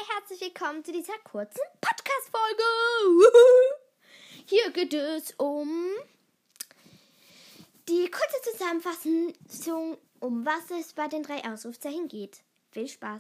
herzlich willkommen zu dieser kurzen Podcast-Folge. Hier geht es um die kurze Zusammenfassung, um was es bei den 3 Ausrufzeichen geht. Viel Spaß!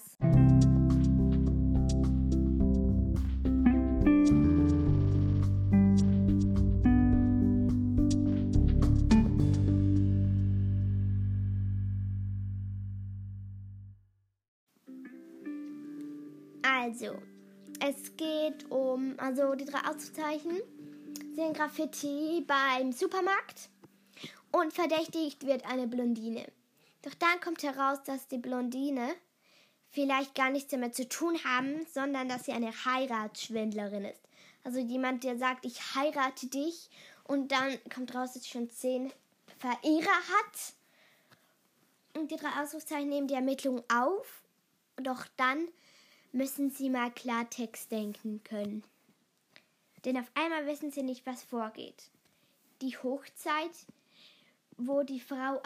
Also, es geht um, die 3 Ausrufezeichen sind Graffiti beim Supermarkt und verdächtigt wird eine Blondine. Doch dann kommt heraus, dass die Blondine vielleicht gar nichts damit zu tun haben, sondern dass sie eine Heiratsschwindlerin ist. Also jemand, der sagt, ich heirate dich, und dann kommt raus, dass sie schon 10 Verehrer hat. Und die 3 Ausrufezeichen nehmen die Ermittlungen auf, doch dann müssen sie mal Klartext denken können. Denn auf einmal wissen sie nicht, was vorgeht. Die Hochzeit, wo die Frau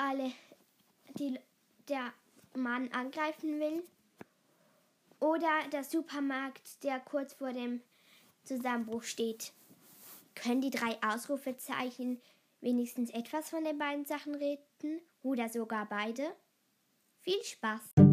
der Mann angreifen will, oder der Supermarkt, der kurz vor dem Zusammenbruch steht. Können die 3 Ausrufezeichen wenigstens etwas von den beiden Sachen reden? Oder sogar beide? Viel Spaß!